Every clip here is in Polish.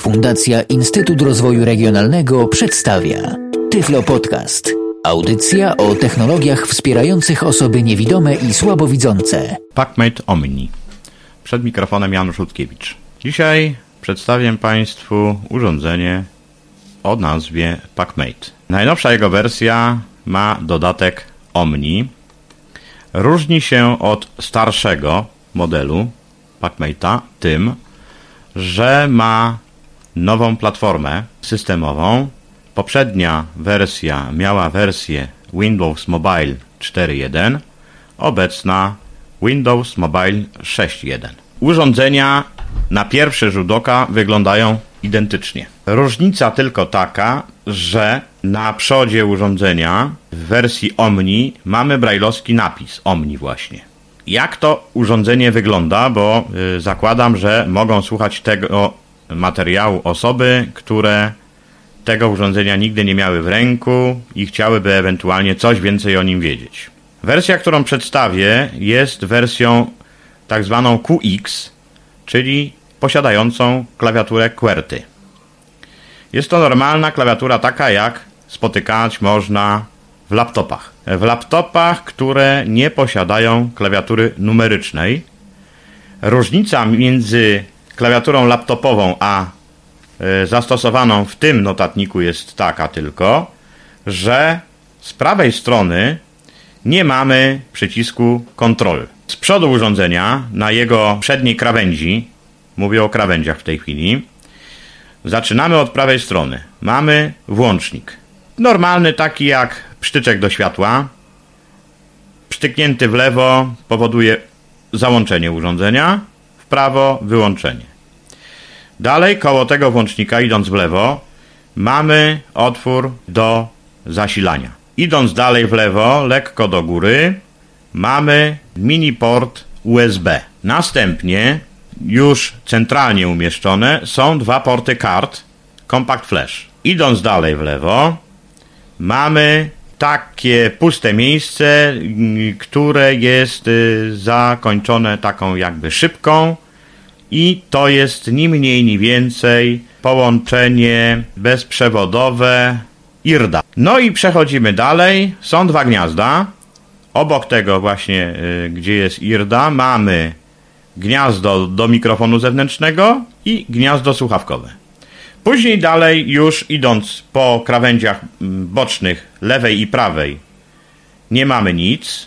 Fundacja Instytut Rozwoju Regionalnego przedstawia Tyflo Podcast. Audycja o technologiach wspierających osoby niewidome i słabowidzące. PackMate Omni. Przed mikrofonem Janusz Rutkiewicz. Dzisiaj przedstawię Państwu urządzenie o nazwie PackMate. Najnowsza jego wersja ma dodatek Omni. Różni się od starszego modelu PackMate'a tym, że ma nową platformę systemową. Poprzednia wersja miała wersję Windows Mobile 4.1, obecna Windows Mobile 6.1. Urządzenia na pierwszy rzut oka wyglądają identycznie. Różnica tylko taka, że na przodzie urządzenia w wersji Omni mamy brajlowski napis Omni właśnie. Jak to urządzenie wygląda, bo zakładam, że mogą słuchać tego materiału osoby, które tego urządzenia nigdy nie miały w ręku i chciałyby ewentualnie coś więcej o nim wiedzieć. Wersja, którą przedstawię, jest wersją tak zwaną QX, czyli posiadającą klawiaturę QWERTY. Jest to normalna klawiatura taka, jak spotykać można w laptopach. W laptopach, które nie posiadają klawiatury numerycznej. Różnica między klawiaturą laptopową a zastosowaną w tym notatniku jest taka tylko, że z prawej strony nie mamy przycisku Control. Z przodu urządzenia, na jego przedniej krawędzi, mówię o krawędziach w tej chwili, zaczynamy od prawej strony. Mamy włącznik. Normalny, taki jak przytyczek do światła. Przytyknięty w lewo powoduje załączenie urządzenia, w prawo wyłączenie. Dalej, koło tego włącznika, idąc w lewo, mamy otwór do zasilania. Idąc dalej w lewo, lekko do góry, mamy mini port USB. Następnie, już centralnie umieszczone, są dwa porty kart Compact Flash. Idąc dalej w lewo, mamy takie puste miejsce, które jest zakończone taką jakby szybką i to jest ni mniej, ni więcej połączenie bezprzewodowe IRDA. No i przechodzimy dalej. Są dwa gniazda. Obok tego właśnie, gdzie jest IRDA, mamy gniazdo do mikrofonu zewnętrznego i gniazdo słuchawkowe. Później dalej, już idąc po krawędziach bocznych lewej i prawej, nie mamy nic.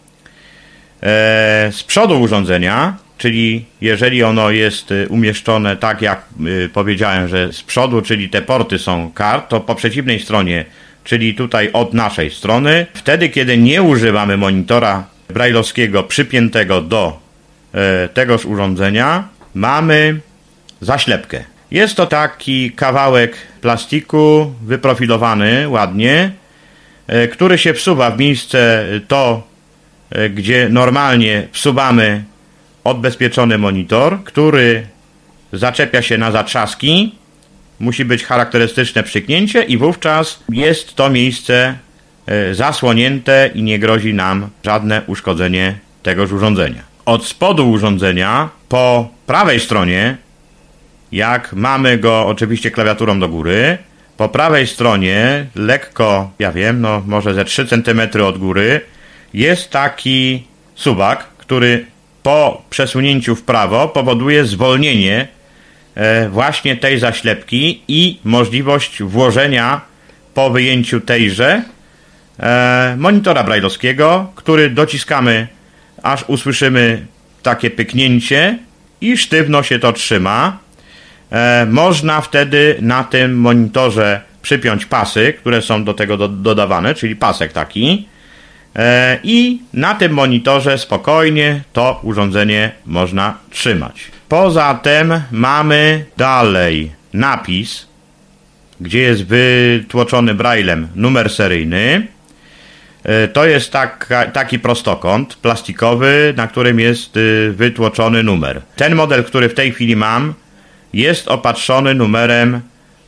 Z przodu urządzenia, czyli jeżeli ono jest umieszczone tak jak powiedziałem, że z przodu, czyli te porty są kart, to po przeciwnej stronie, czyli tutaj od naszej strony, wtedy kiedy nie używamy monitora brajlowskiego przypiętego do tegoż urządzenia, mamy zaślepkę. Jest to taki kawałek plastiku wyprofilowany ładnie, który się wsuwa w miejsce to, gdzie normalnie wsuwamy odbezpieczony monitor, który zaczepia się na zatrzaski. Musi być charakterystyczne przyknięcie i wówczas jest to miejsce zasłonięte i nie grozi nam żadne uszkodzenie tegoż urządzenia. Od spodu urządzenia po prawej stronie, jak mamy go oczywiście klawiaturą do góry, po prawej stronie lekko, ja wiem, no może ze 3 cm od góry, jest taki suwak, który po przesunięciu w prawo powoduje zwolnienie właśnie tej zaślepki i możliwość włożenia po wyjęciu tejże monitora brajlowskiego, który dociskamy, aż usłyszymy takie pyknięcie i sztywno się to trzyma. Można wtedy na tym monitorze przypiąć pasy, które są do tego dodawane, czyli pasek taki, i na tym monitorze spokojnie to urządzenie można trzymać. Poza tym mamy dalej napis, gdzie jest wytłoczony braillem numer seryjny. To jest taki prostokąt plastikowy, na którym jest wytłoczony numer. Ten model, który w tej chwili mam, jest opatrzony numerem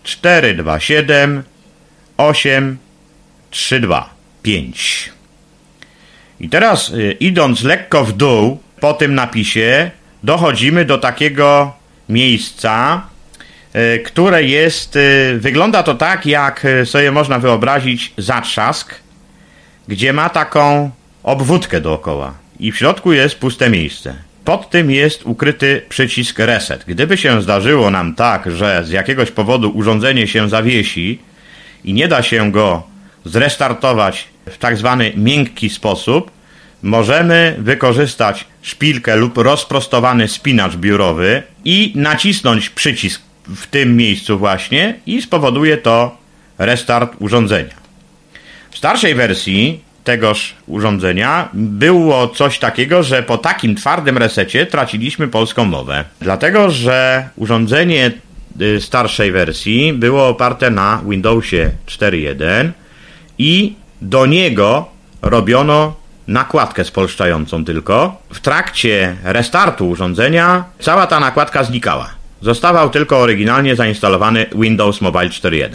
427832. I teraz idąc lekko w dół po tym napisie dochodzimy do takiego miejsca, które wygląda to tak, jak sobie można wyobrazić zatrzask, gdzie ma taką obwódkę dookoła i w środku jest puste miejsce. Pod tym jest ukryty przycisk reset. Gdyby się zdarzyło nam tak, że z jakiegoś powodu urządzenie się zawiesi i nie da się go zrestartować w tak zwany miękki sposób, możemy wykorzystać szpilkę lub rozprostowany spinacz biurowy i nacisnąć przycisk w tym miejscu właśnie i spowoduje to restart urządzenia. W starszej wersji tegoż urządzenia było coś takiego, że po takim twardym resecie traciliśmy polską mowę. Dlatego, że urządzenie starszej wersji było oparte na Windowsie 4.1 i do niego robiono nakładkę spolszczającą tylko. W trakcie restartu urządzenia cała ta nakładka znikała. Zostawał tylko oryginalnie zainstalowany Windows Mobile 4.1.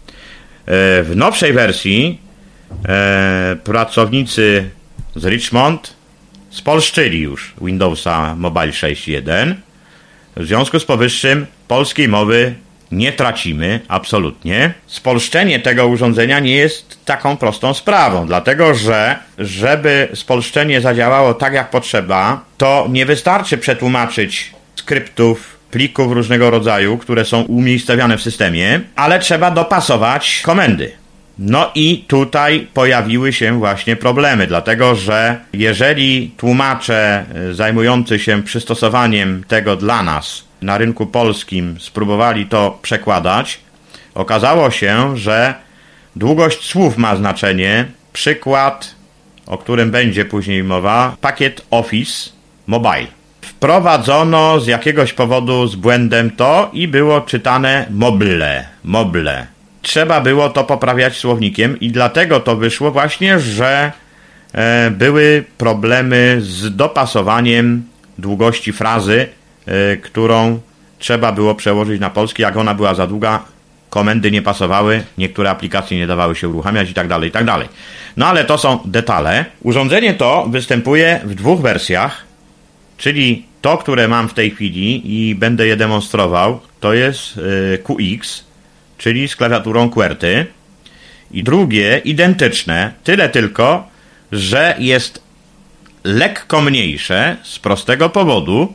W nowszej wersji pracownicy z Richmond spolszczyli już Windowsa Mobile 6.1. W związku z powyższym polskiej mowy nie tracimy absolutnie. Spolszczenie tego urządzenia nie jest taką prostą sprawą, dlatego że żeby spolszczenie zadziałało tak jak potrzeba, to nie wystarczy przetłumaczyć skryptów, plików różnego rodzaju, które są umiejscowione w systemie, ale trzeba dopasować komendy. No i tutaj pojawiły się właśnie problemy, dlatego że jeżeli tłumacze zajmujący się przystosowaniem tego dla nas na rynku polskim spróbowali to przekładać, okazało się, że długość słów ma znaczenie. Przykład, o którym będzie później mowa, pakiet Office Mobile. Wprowadzono z jakiegoś powodu z błędem to i było czytane mobile. Trzeba było to poprawiać słownikiem i dlatego to wyszło właśnie, że były problemy z dopasowaniem długości frazy, którą trzeba było przełożyć na polski. Jak ona była za długa, komendy nie pasowały, niektóre aplikacje nie dawały się uruchamiać i tak dalej. No ale to są detale. Urządzenie to występuje w dwóch wersjach, czyli to, które mam w tej chwili i będę je demonstrował, to jest QX, czyli z klawiaturą QWERTY, i drugie identyczne, tyle tylko, że jest lekko mniejsze z prostego powodu.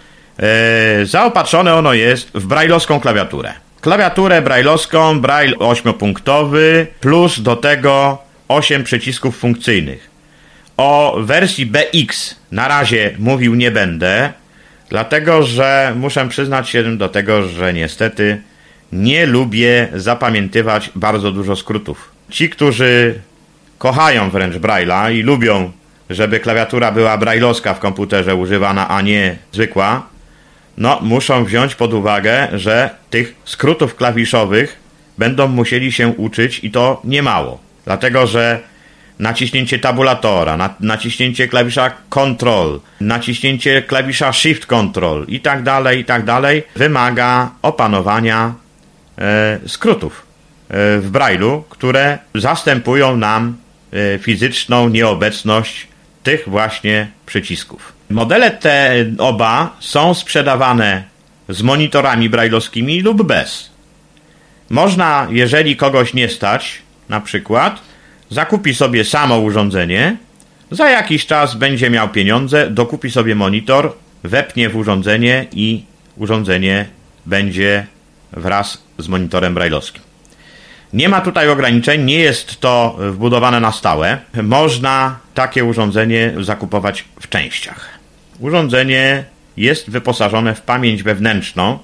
Zaopatrzone ono jest w brajlowską klawiaturę. Klawiaturę brajlowską, braille 8-punktowy, plus do tego 8 przycisków funkcyjnych. O wersji BX na razie mówił nie będę, dlatego że muszę przyznać się do tego, że niestety nie lubię zapamiętywać bardzo dużo skrótów. Ci, którzy kochają wręcz Braille'a i lubią, żeby klawiatura była brajlowska w komputerze używana, a nie zwykła, no muszą wziąć pod uwagę, że tych skrótów klawiszowych będą musieli się uczyć i to niemało. Dlatego, że naciśnięcie tabulatora, naciśnięcie klawisza Control, naciśnięcie klawisza Shift Control i tak dalej, wymaga opanowania skrótów w Braille'u, które zastępują nam fizyczną nieobecność tych właśnie przycisków. Modele te oba są sprzedawane z monitorami brajlowskimi lub bez. Można, jeżeli kogoś nie stać, na przykład, zakupi sobie samo urządzenie, za jakiś czas będzie miał pieniądze, dokupi sobie monitor, wepnie w urządzenie i urządzenie będzie wraz z monitorem brajlowskim. Nie ma tutaj ograniczeń, nie jest to wbudowane na stałe. Można takie urządzenie zakupować w częściach. Urządzenie jest wyposażone w pamięć wewnętrzną,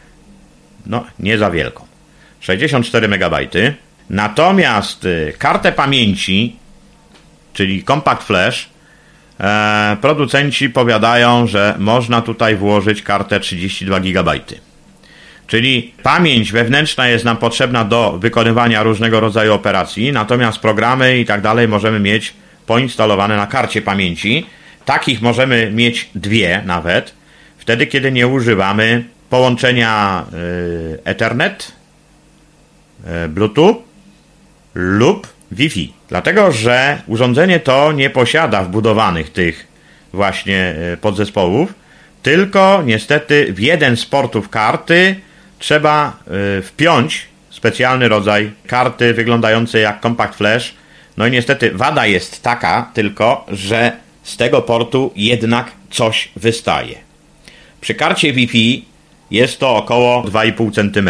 no nie za wielką, 64 MB. Natomiast kartę pamięci, czyli Compact Flash, producenci powiadają, że można tutaj włożyć kartę 32 GB. Czyli pamięć wewnętrzna jest nam potrzebna do wykonywania różnego rodzaju operacji, natomiast programy i tak dalej możemy mieć poinstalowane na karcie pamięci. Takich możemy mieć dwie nawet, wtedy kiedy nie używamy połączenia Ethernet, Bluetooth lub Wi-Fi. Dlatego, że urządzenie to nie posiada wbudowanych tych właśnie podzespołów, tylko niestety w jeden z portów karty trzeba wpiąć specjalny rodzaj karty wyglądającej jak Compact Flash. No i niestety wada jest taka tylko, że z tego portu jednak coś wystaje. Przy karcie VP jest to około 2,5 cm.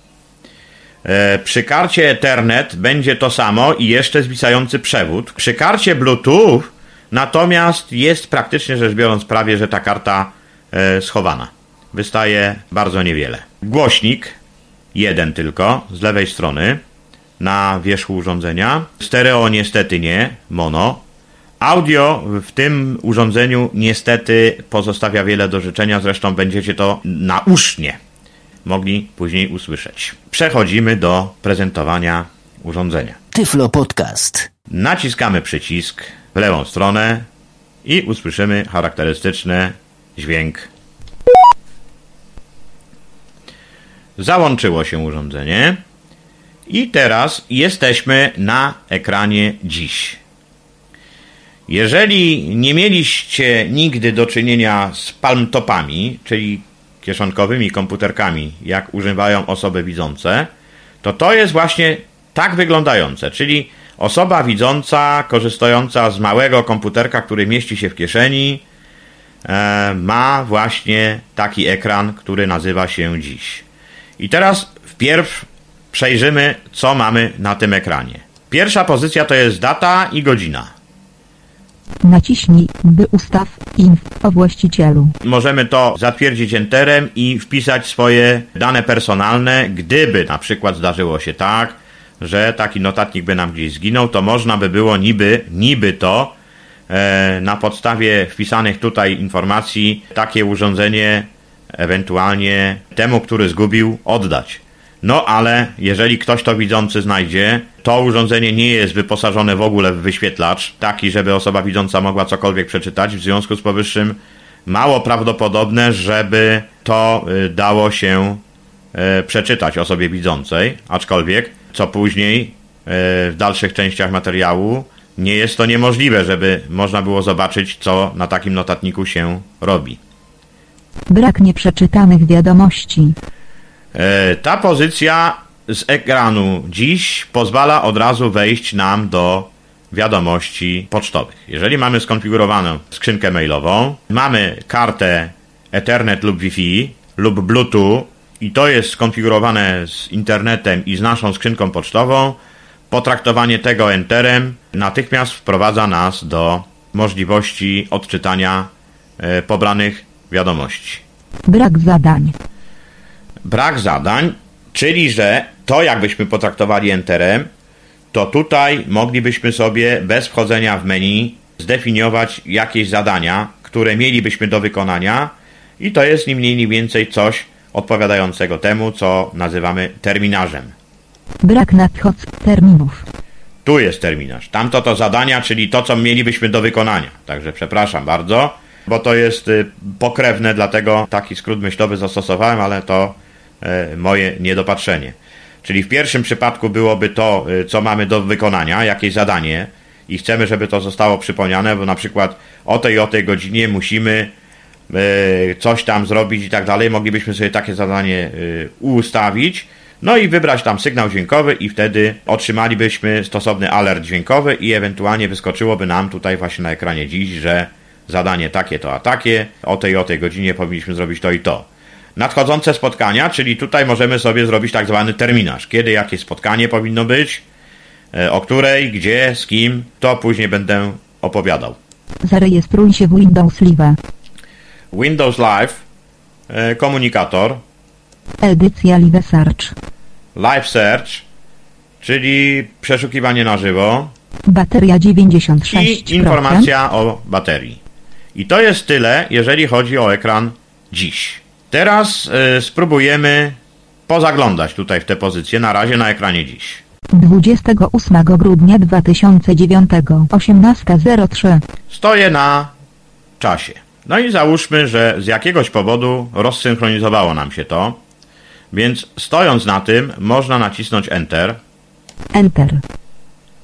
Przy karcie Ethernet będzie to samo i jeszcze zwisający przewód. Przy karcie Bluetooth natomiast jest praktycznie rzecz biorąc prawie, że ta karta schowana. Wystaje bardzo niewiele. Głośnik, jeden tylko, z lewej strony, na wierzchu urządzenia. Stereo niestety nie, mono. Audio w tym urządzeniu niestety pozostawia wiele do życzenia, zresztą będziecie to nausznie mogli później usłyszeć. Przechodzimy do prezentowania urządzenia. Tyflo Podcast. Naciskamy przycisk w lewą stronę i usłyszymy charakterystyczny dźwięk. Załączyło się urządzenie i teraz jesteśmy na ekranie dziś. Jeżeli nie mieliście nigdy do czynienia z palmtopami, czyli kieszonkowymi komputerkami, jak używają osoby widzące, to jest właśnie tak wyglądające, czyli osoba widząca, korzystająca z małego komputerka, który mieści się w kieszeni, ma właśnie taki ekran, który nazywa się dziś. I teraz wpierw przejrzymy, co mamy na tym ekranie. Pierwsza pozycja to jest data i godzina. Naciśnij, by ustaw info o właścicielu. Możemy to zatwierdzić enterem i wpisać swoje dane personalne. Gdyby na przykład zdarzyło się tak, że taki notatnik by nam gdzieś zginął, to można by było niby to na podstawie wpisanych tutaj informacji takie urządzenie ewentualnie temu, który zgubił, oddać. No ale jeżeli ktoś to widzący znajdzie, to urządzenie nie jest wyposażone w ogóle w wyświetlacz, taki, żeby osoba widząca mogła cokolwiek przeczytać. W związku z powyższym mało prawdopodobne, żeby to dało się przeczytać osobie widzącej, aczkolwiek co później w dalszych częściach materiału nie jest to niemożliwe, żeby można było zobaczyć, co na takim notatniku się robi. Brak nieprzeczytanych wiadomości. Ta pozycja z ekranu dziś pozwala od razu wejść nam do wiadomości pocztowych. Jeżeli mamy skonfigurowaną skrzynkę mailową, mamy kartę Ethernet lub Wi-Fi lub Bluetooth i to jest skonfigurowane z internetem i z naszą skrzynką pocztową, potraktowanie tego enterem natychmiast wprowadza nas do możliwości odczytania pobranych wiadomości. Brak zadań. Brak zadań, czyli że to jakbyśmy potraktowali enterem, to tutaj moglibyśmy sobie bez wchodzenia w menu zdefiniować jakieś zadania, które mielibyśmy do wykonania i to jest ni mniej ni więcej coś odpowiadającego temu, co nazywamy terminarzem. Brak terminów. Tu jest terminarz. Tamto to zadania, czyli to, co mielibyśmy do wykonania. Także przepraszam bardzo, bo to jest pokrewne, dlatego taki skrót myślowy zastosowałem, ale to moje niedopatrzenie. Czyli w pierwszym przypadku byłoby to, co mamy do wykonania, jakieś zadanie i chcemy, żeby to zostało przypomniane, bo na przykład o tej godzinie musimy coś tam zrobić i tak dalej. Moglibyśmy sobie takie zadanie ustawić, no i wybrać tam sygnał dźwiękowy i wtedy otrzymalibyśmy stosowny alert dźwiękowy i ewentualnie wyskoczyłoby nam tutaj właśnie na ekranie dziś, że zadanie takie to a takie, o tej godzinie powinniśmy zrobić to i to. Nadchodzące spotkania, czyli tutaj możemy sobie zrobić tak zwany terminarz. Kiedy jakie spotkanie powinno być, o której, gdzie, z kim, to później będę opowiadał. Zarejestruj się w Windows Live. Windows Live, komunikator. Edycja Live Search. Live Search, czyli przeszukiwanie na żywo. Bateria 96%. I informacja o baterii. I to jest tyle, jeżeli chodzi o ekran dziś. Teraz spróbujemy pozaglądać tutaj w tę pozycję, na razie na ekranie dziś. 28 grudnia 2009, 18:03. Stoję na czasie. No i załóżmy, że z jakiegoś powodu rozsynchronizowało nam się to, więc stojąc na tym można nacisnąć Enter. Enter.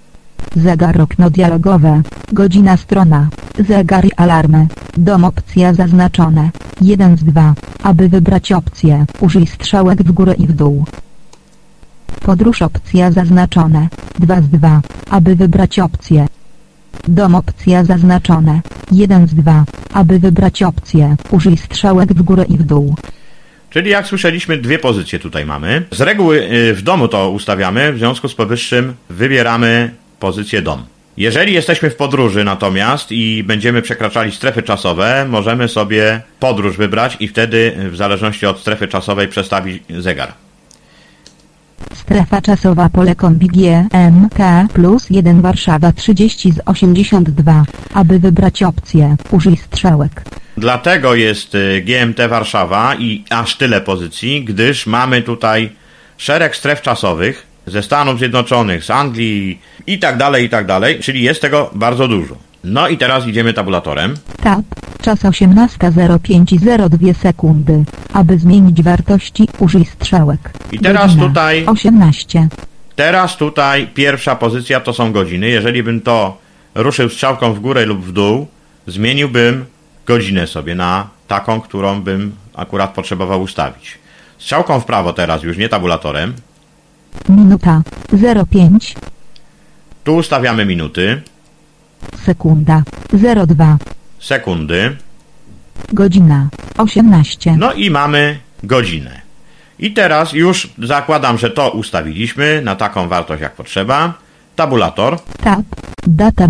Zegar okno dialogowe. Godzina strona. Zegar i alarmy. Dom opcja zaznaczone. 1 z 2. Aby wybrać opcję, użyj strzałek w górę i w dół. Podróż opcja zaznaczone. 2 z 2. Aby wybrać opcję. Dom opcja zaznaczone. 1 z 2. Aby wybrać opcję, użyj strzałek w górę i w dół. Czyli jak słyszeliśmy, dwie pozycje tutaj mamy. Z reguły w domu to ustawiamy, w związku z powyższym wybieramy pozycję dom. Jeżeli jesteśmy w podróży natomiast i będziemy przekraczali strefy czasowe, możemy sobie podróż wybrać i wtedy w zależności od strefy czasowej przestawić zegar. Strefa czasowa pole kombi GMK plus 1 Warszawa 30 z 82. Aby wybrać opcję, użyj strzałek. Dlatego jest GMT Warszawa i aż tyle pozycji, gdyż mamy tutaj szereg stref czasowych ze Stanów Zjednoczonych, z Anglii i tak dalej, czyli jest tego bardzo dużo. No i teraz idziemy tabulatorem. Tab, czas 18:05:02 sekundy. Aby zmienić wartości, użyj strzałek. I teraz Godzina tutaj 18. Teraz tutaj pierwsza pozycja to są godziny. Jeżeli bym to ruszył strzałką w górę lub w dół, zmieniłbym godzinę sobie na taką, którą bym akurat potrzebował ustawić. Strzałką w prawo teraz, już nie tabulatorem. Minuta 05. Tu ustawiamy minuty, Sekunda 02. sekundy, Godzina 18. no i mamy godzinę. I teraz już zakładam, że to ustawiliśmy na taką wartość jak potrzeba. Tabulator. Tab, data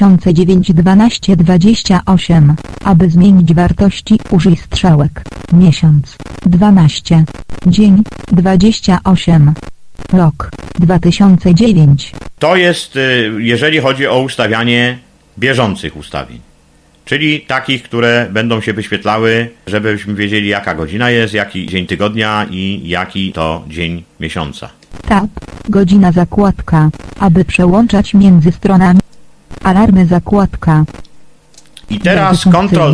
2009-12-28. Aby zmienić wartości, użyj strzałek. Miesiąc 12. Dzień 28. Rok 2009. To jest, jeżeli chodzi o ustawianie bieżących ustawień. Czyli takich, które będą się wyświetlały, żebyśmy wiedzieli, jaka godzina jest, jaki dzień tygodnia i jaki to dzień miesiąca. Tab, godzina zakładka. Aby przełączać między stronami. Alarmy zakładka. I teraz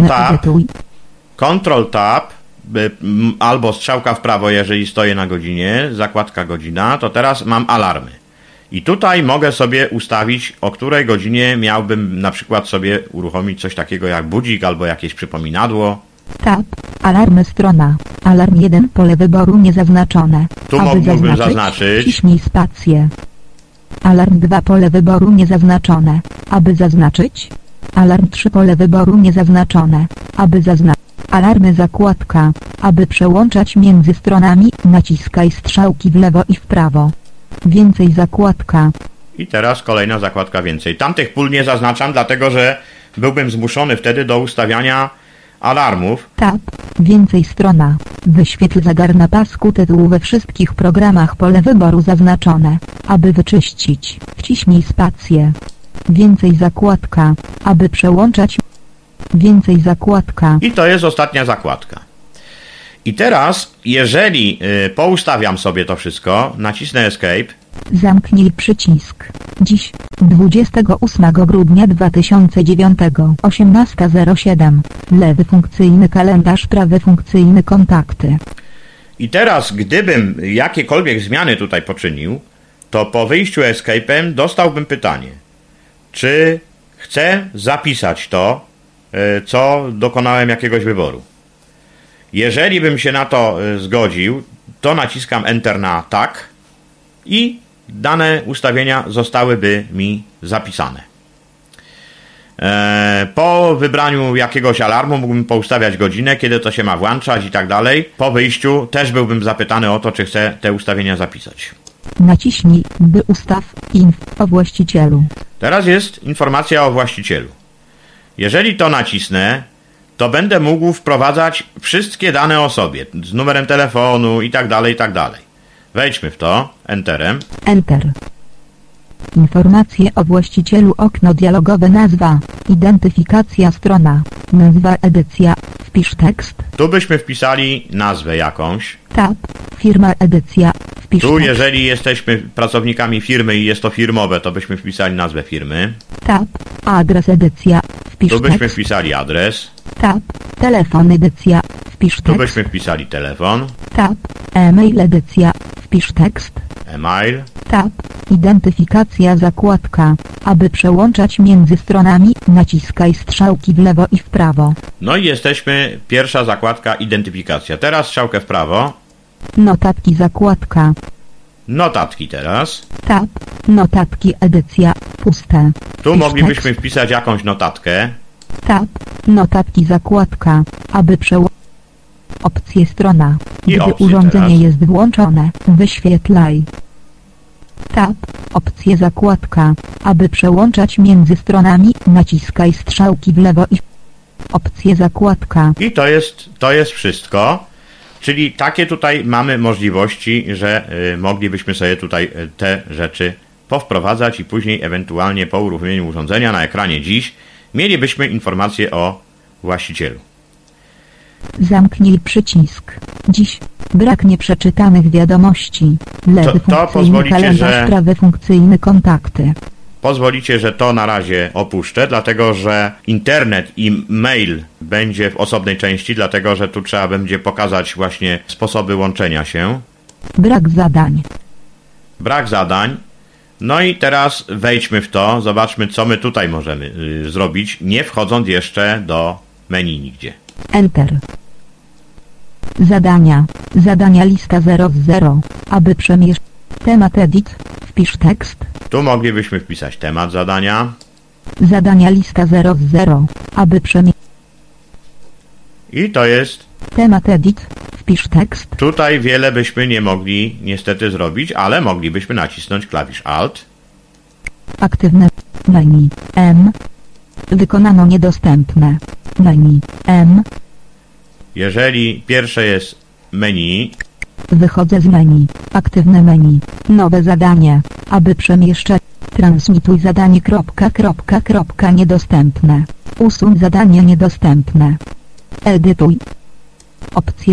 Ctrl Tab, albo strzałka w prawo, jeżeli stoję na godzinie, zakładka godzina, to teraz mam alarmy. I tutaj mogę sobie ustawić, o której godzinie miałbym na przykład sobie uruchomić coś takiego jak budzik albo jakieś przypominadło. Tab, alarmy strona. Alarm 1 pole wyboru niezaznaczone. Tu Aby mógłbym zaznaczyć. Wciśnij spację. Alarm 2 pole wyboru niezaznaczone. Aby zaznaczyć. Alarm 3 pole wyboru niezaznaczone. Aby zaznaczyć. Alarmy zakładka. Aby przełączać między stronami, naciskaj strzałki w lewo i w prawo. Więcej zakładka. I teraz kolejna zakładka więcej. Tamtych pól nie zaznaczam, dlatego że byłbym zmuszony wtedy do ustawiania alarmów. Tab, więcej strona. Wyświetl zegar na pasku tytułu we wszystkich programach pole wyboru zaznaczone. Aby wyczyścić, wciśnij spację. Więcej zakładka. Aby przełączać. Więcej zakładka. I to jest ostatnia zakładka. I teraz, jeżeli poustawiam sobie to wszystko, nacisnę Escape. Zamknij przycisk. Dziś, 28 grudnia 2009, 18:07. Lewy funkcyjny kalendarz, prawy funkcyjny kontakty. I teraz, gdybym jakiekolwiek zmiany tutaj poczynił, to po wyjściu Escape'em dostałbym pytanie, czy chcę zapisać to, co dokonałem jakiegoś wyboru. Jeżeli bym się na to zgodził, to naciskam Enter na tak i dane ustawienia zostałyby mi zapisane. Po wybraniu jakiegoś alarmu mógłbym poustawiać godzinę, kiedy to się ma włączać i tak dalej. Po wyjściu też byłbym zapytany o to, czy chcę te ustawienia zapisać. Naciśnij, by ustaw o właścicielu. Teraz jest informacja o właścicielu. Jeżeli to nacisnę, to będę mógł wprowadzać wszystkie dane o sobie, z numerem telefonu i tak dalej, i tak dalej. Wejdźmy w to, Enterem. Enter. Informacje o właścicielu, okno dialogowe, nazwa, identyfikacja, strona, nazwa, edycja, wpisz tekst. Tu byśmy wpisali nazwę jakąś. Tab, firma, edycja, wpisz Tu, tekst. jeżeli jesteśmy pracownikami firmy i jest to firmowe, to byśmy wpisali nazwę firmy. Tab, adres, edycja, wpisz Tu byśmy tekst. wpisali adres. Tab, telefon, edycja, wpisz Tu tekst. byśmy wpisali telefon. Tab, e-mail, edycja, wpisz tekst. E-mail. Tab. Identyfikacja zakładka. Aby przełączać między stronami, naciskaj strzałki w lewo i w prawo. No i jesteśmy, pierwsza zakładka identyfikacja. Teraz strzałkę w prawo. Notatki zakładka. Notatki teraz. Tab. Notatki edycja. Puste. Tu Pisz moglibyśmy tekst. wpisać jakąś notatkę. Tab. Notatki zakładka. Aby opcje strona. I Gdy opcje urządzenie teraz. jest włączone, wyświetlaj. Tab. Opcje zakładka. Aby przełączać między stronami, naciskaj strzałki w lewo i opcje zakładka. I to jest wszystko. Czyli takie tutaj mamy możliwości, że moglibyśmy sobie tutaj te rzeczy powprowadzać i później ewentualnie po uruchomieniu urządzenia na ekranie dziś mielibyśmy informację o właścicielu. Zamknij przycisk. Dziś. Brak nieprzeczytanych wiadomości. Lewy To funkcyjny pozwolicie, kalendarz, że- prawy funkcyjny kontakty. Pozwolicie, że to na razie opuszczę, dlatego że internet i mail będzie w osobnej części, dlatego że tu trzeba będzie pokazać właśnie sposoby łączenia się. Brak zadań. Brak zadań. No i teraz wejdźmy w to, zobaczmy co my tutaj możemy zrobić, nie wchodząc jeszcze do menu nigdzie. Enter. Zadania. Zadania lista 0 z 0. Aby przemieszczać. Temat edit. Wpisz tekst. Tu moglibyśmy wpisać temat zadania Zadania lista 0 z 0. Aby przemieszczać. i to jest, Temat edit. Wpisz tekst. tutaj wiele byśmy nie mogli niestety zrobić, ale moglibyśmy nacisnąć klawisz Alt. Aktywne. Menu. M. Wykonano niedostępne. Menu. M. Jeżeli pierwsze jest menu, Wychodzę z menu. Aktywne menu. Nowe zadanie. Aby przemieszczać. Transmituj zadanie. Niedostępne. Usuń zadanie niedostępne. Edytuj. Opcje.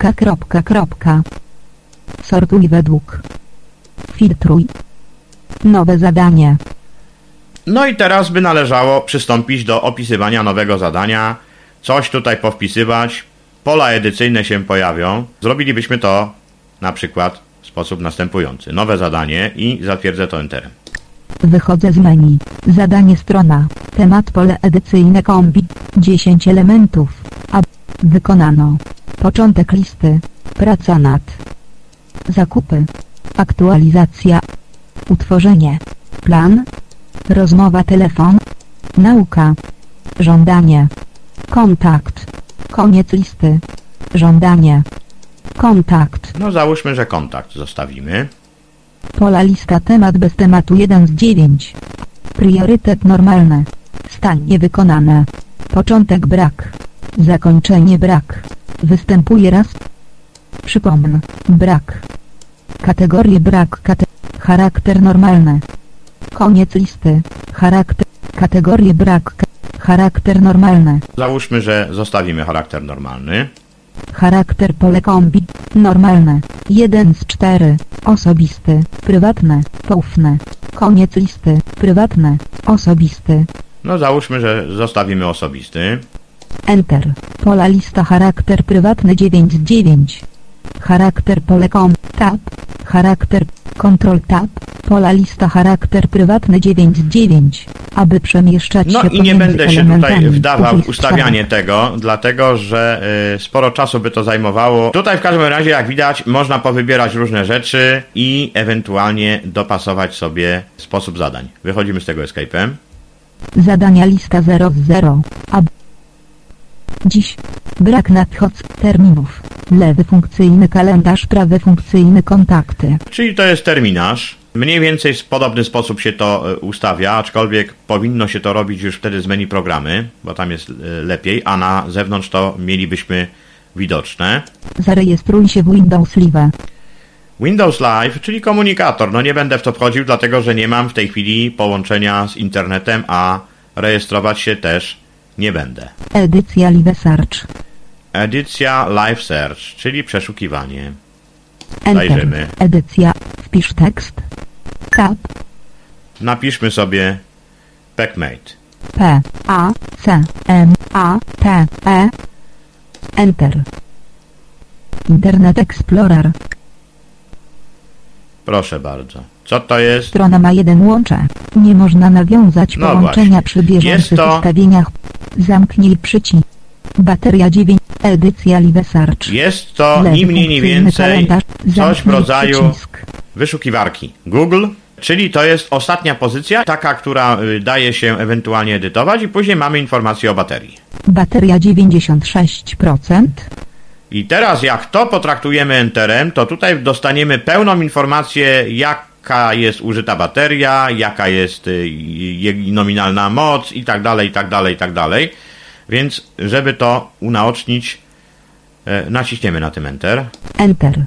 Sortuj według. Filtruj. Nowe zadanie. no i teraz by należało przystąpić do opisywania nowego zadania, coś tutaj powpisywać, pola edycyjne się pojawią. Zrobilibyśmy to na przykład w sposób następujący. Nowe zadanie i zatwierdzę to Enterem. Wychodzę z menu. Zadanie strona. Temat pole edycyjne kombi. 10 elementów. Wykonano. Początek listy. Praca nad. Zakupy. Aktualizacja. Utworzenie. Plan. Rozmowa telefon. Nauka. Żądanie. Kontakt. Koniec listy. Żądanie. Kontakt. No załóżmy, że kontakt zostawimy. Pola lista temat bez tematu 1 z 9. Priorytet normalne. Stan niewykonane. Początek brak. Zakończenie brak. Występuje raz. Przypomnę. Brak. Kategorie brak. Charakter normalny. Koniec listy. Kategorie brak. Charakter normalny. Załóżmy, że zostawimy charakter normalny. Charakter pole kombi. Normalne. 1 z 4. Osobisty. Prywatne. Poufne. Koniec listy. Prywatne. Osobisty. No załóżmy, że zostawimy osobisty. Enter. Pola lista charakter prywatny 9 z 9. Charakter pole tab. Charakter Ctrl tab. Pola lista charakter prywatny 9 z 9. Aby przemieszczać No się i nie pomiędzy będę się elementami. tutaj wdawał w Użyj ustawianie strzałek. tego, dlatego że sporo czasu by to zajmowało. Tutaj w każdym razie, jak widać, można powybierać różne rzeczy i ewentualnie dopasować sobie sposób zadań. Wychodzimy z tego escape'em. Zadania lista 0 z 0. Dziś. Brak terminów. Lewy funkcyjny kalendarz, prawy funkcyjny kontakty. Czyli to jest terminarz. Mniej więcej w podobny sposób się to ustawia, aczkolwiek powinno się to robić już wtedy z menu programy, bo tam jest lepiej, a na zewnątrz to mielibyśmy widoczne. Zarejestruj się w Windows Live. Windows Live, czyli komunikator. No nie będę w to wchodził, dlatego że nie mam w tej chwili połączenia z internetem, a rejestrować się też nie będę. Edycja Live Search. Edycja Live Search, czyli przeszukiwanie. Enter. Zajrzymy. Edycja. Wpisz tekst. Tab. Napiszmy sobie PacMate. P. A. C. M. A. T. E. Enter. Internet Explorer. Proszę bardzo. Co to jest? Strona ma jeden łącze. Nie można nawiązać No połączenia właśnie. przy bieżących Jest to- ustawieniach. Zamknij przycisk. Bateria 9. Edycja Live Search. Jest to Lewy ni mniej, ni funkcyjny więcej kalendarz. coś w Zamknij rodzaju przycisk. wyszukiwarki Google, czyli to jest ostatnia pozycja, taka, która daje się ewentualnie edytować i później mamy informację o baterii. Bateria 96%. I teraz jak to potraktujemy Enterem, to tutaj dostaniemy pełną informację, jaka jest użyta bateria, jaka jest jej nominalna moc i tak dalej, i tak dalej, i tak dalej. Więc żeby to unaocznić, naciśniemy na tym Enter. Enter.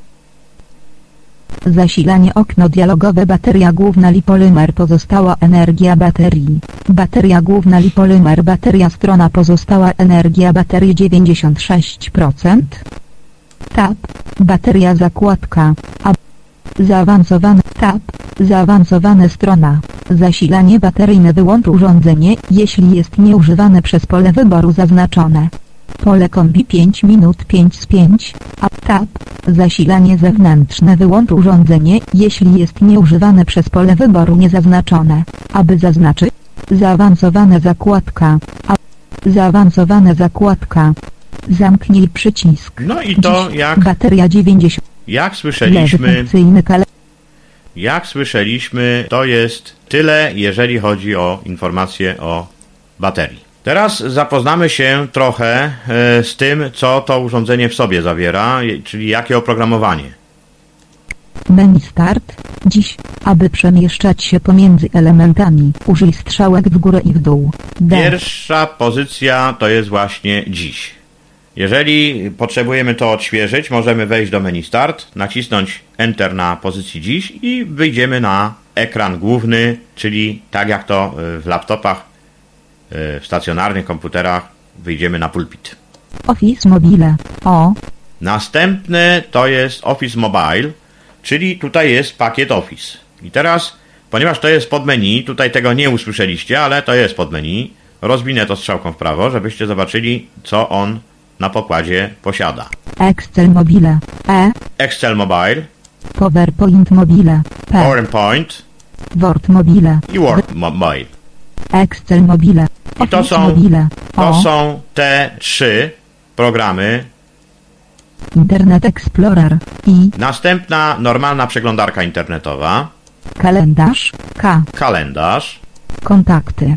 Zasilanie okno dialogowe. Bateria główna lipolymer. Pozostała energia baterii. Bateria główna lipolymer. Bateria strona. Pozostała energia baterii 96%. Tab. Bateria zakładka. Zaawansowane. Tab. Zaawansowane strona. Zasilanie bateryjne. Wyłącz urządzenie, jeśli jest nieużywane przez pole wyboru zaznaczone. Pole kombi 5 minut 5 z 5. Tab. Zasilanie zewnętrzne. Wyłącz urządzenie, jeśli jest nieużywane przez pole wyboru niezaznaczone. Aby zaznaczyć. Zaawansowane zakładka. Zaawansowane zakładka. Zamknij przycisk. No i to Bateria 90. jak Lewy słyszeliśmy, funkcyjny to jest tyle, jeżeli chodzi o informacje o baterii. Teraz zapoznamy się trochę z tym, co to urządzenie w sobie zawiera, czyli jakie oprogramowanie. Menu Start. Dziś, aby przemieszczać się pomiędzy elementami, użyj strzałek w górę i w dół. Pierwsza pozycja to jest właśnie dziś. Jeżeli potrzebujemy to odświeżyć, możemy wejść do menu Start, nacisnąć Enter na pozycji dziś i wyjdziemy na ekran główny, czyli tak jak to w laptopach, w stacjonarnych komputerach wyjdziemy na pulpit. Office Mobile. Następny to jest Office Mobile, czyli tutaj jest pakiet Office. I teraz, ponieważ to jest pod menu, tutaj tego nie usłyszeliście, ale to jest pod menu, rozwinę to strzałką w prawo, żebyście zobaczyli, co on na pokładzie posiada. Excel Mobile. Excel Mobile, PowerPoint Mobile. PowerPoint Word Mobile. i Word Mobile. Excel Mobile. I to Office są, Mobile. to są te 3 programy. Internet Explorer. Następna normalna przeglądarka internetowa. Kalendarz. Kalendarz. Kontakty.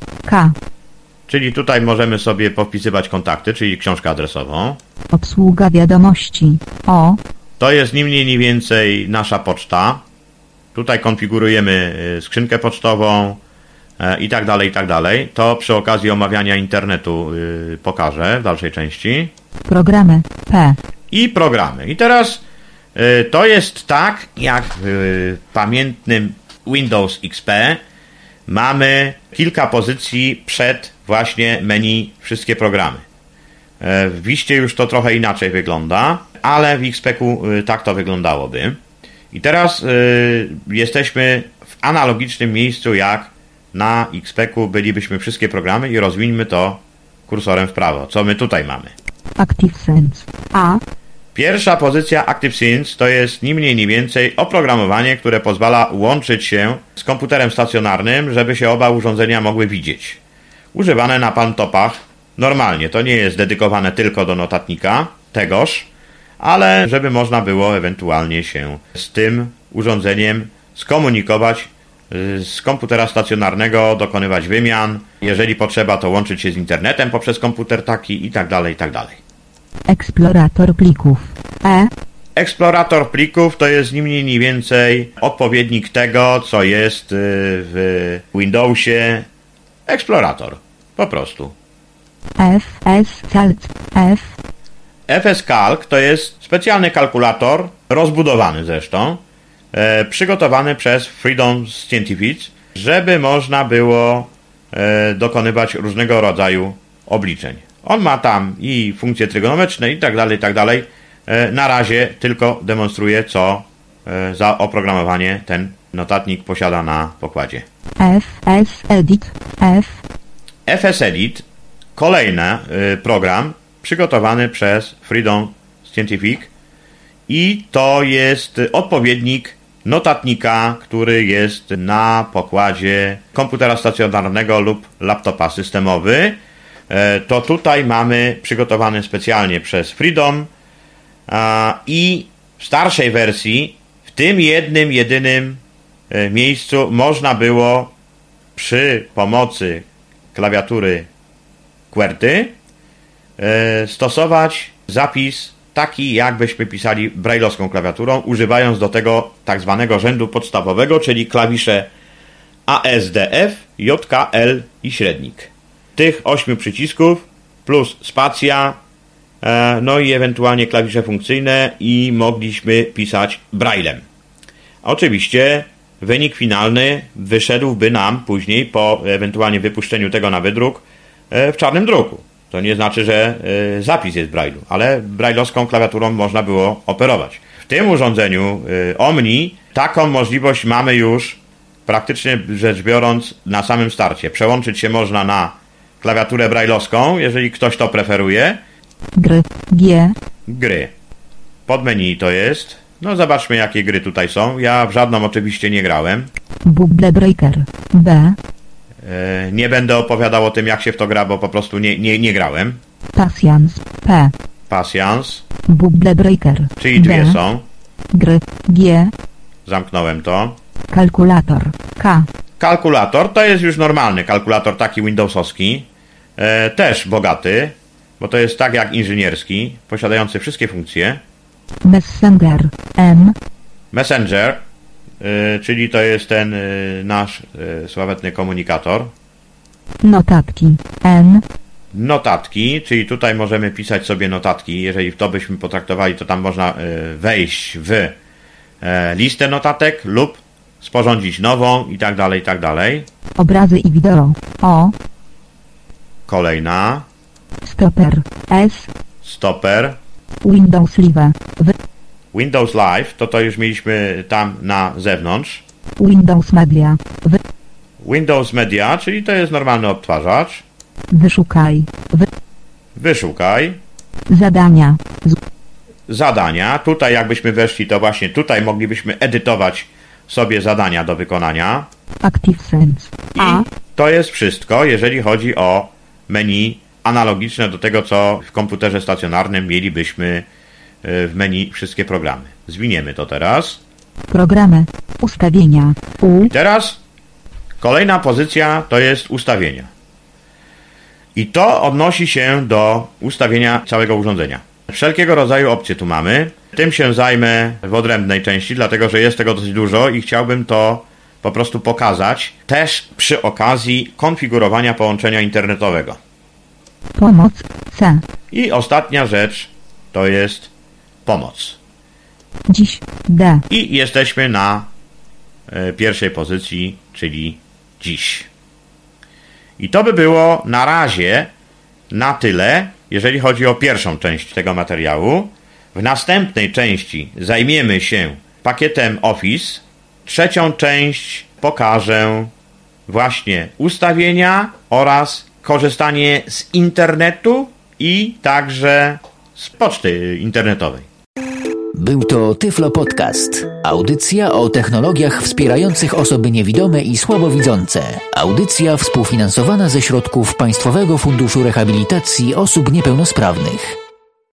Czyli tutaj możemy sobie powpisywać kontakty, czyli książkę adresową. Obsługa wiadomości. To jest ni mniej, ni więcej nasza poczta. Tutaj konfigurujemy skrzynkę pocztową i tak dalej, i tak dalej. To przy okazji omawiania internetu pokażę w dalszej części. Programy. I programy. I teraz to jest tak, jak w pamiętnym Windows XP mamy kilka pozycji przed właśnie menu wszystkie programy. W Wiście już to trochę inaczej wygląda, ale w XP-ku tak to wyglądałoby. I teraz jesteśmy w analogicznym miejscu jak na XP-ku bylibyśmy wszystkie programy i rozwińmy to kursorem w prawo. Co my tutaj mamy? ActiveSense. Pierwsza pozycja ActiveSense to jest ni mniej, ni więcej oprogramowanie, które pozwala łączyć się z komputerem stacjonarnym, żeby się oba urządzenia mogły widzieć. Używane na laptopach normalnie. To nie jest dedykowane tylko do notatnika tegoż, ale żeby można było ewentualnie się z tym urządzeniem skomunikować z komputera stacjonarnego, dokonywać wymian. Jeżeli potrzeba, to łączyć się z internetem poprzez komputer taki i tak dalej, i tak dalej. Eksplorator plików. Eksplorator plików to jest ni mniej, ni więcej odpowiednik tego, co jest w Windowsie. Eksplorator. Po prostu. FS Calc to jest specjalny kalkulator, rozbudowany zresztą, przygotowany przez Freedom Scientific, żeby można było dokonywać różnego rodzaju obliczeń. On ma tam i funkcje trygonometryczne i tak dalej, i tak dalej. Na razie tylko demonstruję, co za oprogramowanie ten notatnik posiada na pokładzie. FS Edit, kolejny program przygotowany przez Freedom Scientific i to jest odpowiednik notatnika, który jest na pokładzie komputera stacjonarnego lub laptopa systemowy, to tutaj mamy przygotowany specjalnie przez Freedom i w starszej wersji w tym jedynym miejscu można było przy pomocy klawiatury QWERTY stosować zapis taki, jakbyśmy pisali brajlowską klawiaturą, używając do tego tak zwanego rzędu podstawowego, czyli klawisze ASDF, JKL i średnik. Tych 8 przycisków plus spacja, no i ewentualnie klawisze funkcyjne i mogliśmy pisać braillem. Oczywiście wynik finalny wyszedłby nam później po ewentualnie wypuszczeniu tego na wydruk w czarnym druku. To nie znaczy, że zapis jest w brailu, ale brailleowską klawiaturą można było operować. W tym urządzeniu Omni taką możliwość mamy już praktycznie rzecz biorąc na samym starcie. Przełączyć się można na klawiaturę brailleowską, jeżeli ktoś to preferuje. Gry. Pod menu to jest. No zobaczmy, jakie gry tutaj są. Ja w żadną oczywiście nie grałem. Bubble Breaker. B. Nie będę opowiadał o tym, jak się w to gra, bo po prostu nie grałem. Patience. P. Patience. Bubble Breaker. Czyli dwie są. Gry. G. Zamknąłem to. Kalkulator. K. Kalkulator to jest już normalny kalkulator, taki windowsowski. Też bogaty, bo to jest tak jak inżynierski, posiadający wszystkie funkcje. Messenger. M. Messenger, czyli to jest ten nasz sławetny komunikator. Notatki. N. Notatki, czyli tutaj możemy pisać sobie notatki. Jeżeli w to byśmy potraktowali, to tam można wejść w listę notatek lub sporządzić nową i tak dalej, i tak dalej. Obrazy i wideo. O. Kolejna. Stopper. S. Stopper. Windows Live. W. Windows Live, to już mieliśmy tam na zewnątrz. Windows Media. W. Windows Media, czyli to jest normalny odtwarzacz. Wyszukaj. W. Wyszukaj. Zadania. Zadania. Tutaj jakbyśmy weszli, to właśnie tutaj moglibyśmy edytować sobie zadania do wykonania. ActiveSense. A. I to jest wszystko, jeżeli chodzi o menu analogiczne do tego, co w komputerze stacjonarnym mielibyśmy w menu wszystkie programy. Zwiniemy to teraz. Programy. Ustawienia. U. I teraz kolejna pozycja to jest ustawienia. I to odnosi się do ustawienia całego urządzenia. Wszelkiego rodzaju opcje tu mamy. Tym się zajmę w odrębnej części, dlatego że jest tego dosyć dużo i chciałbym to po prostu pokazać też przy okazji konfigurowania połączenia internetowego. Pomoc. C. I ostatnia rzecz to jest pomoc. Dziś. D. I jesteśmy na pierwszej pozycji, czyli dziś. I to by było na razie na tyle, jeżeli chodzi o pierwszą część tego materiału. W następnej części zajmiemy się pakietem Office. Trzecią część pokażę właśnie ustawienia oraz korzystanie z internetu i także z poczty internetowej. Był to Tyflo Podcast. Audycja o technologiach wspierających osoby niewidome i słabowidzące. Audycja współfinansowana ze środków Państwowego Funduszu Rehabilitacji Osób Niepełnosprawnych.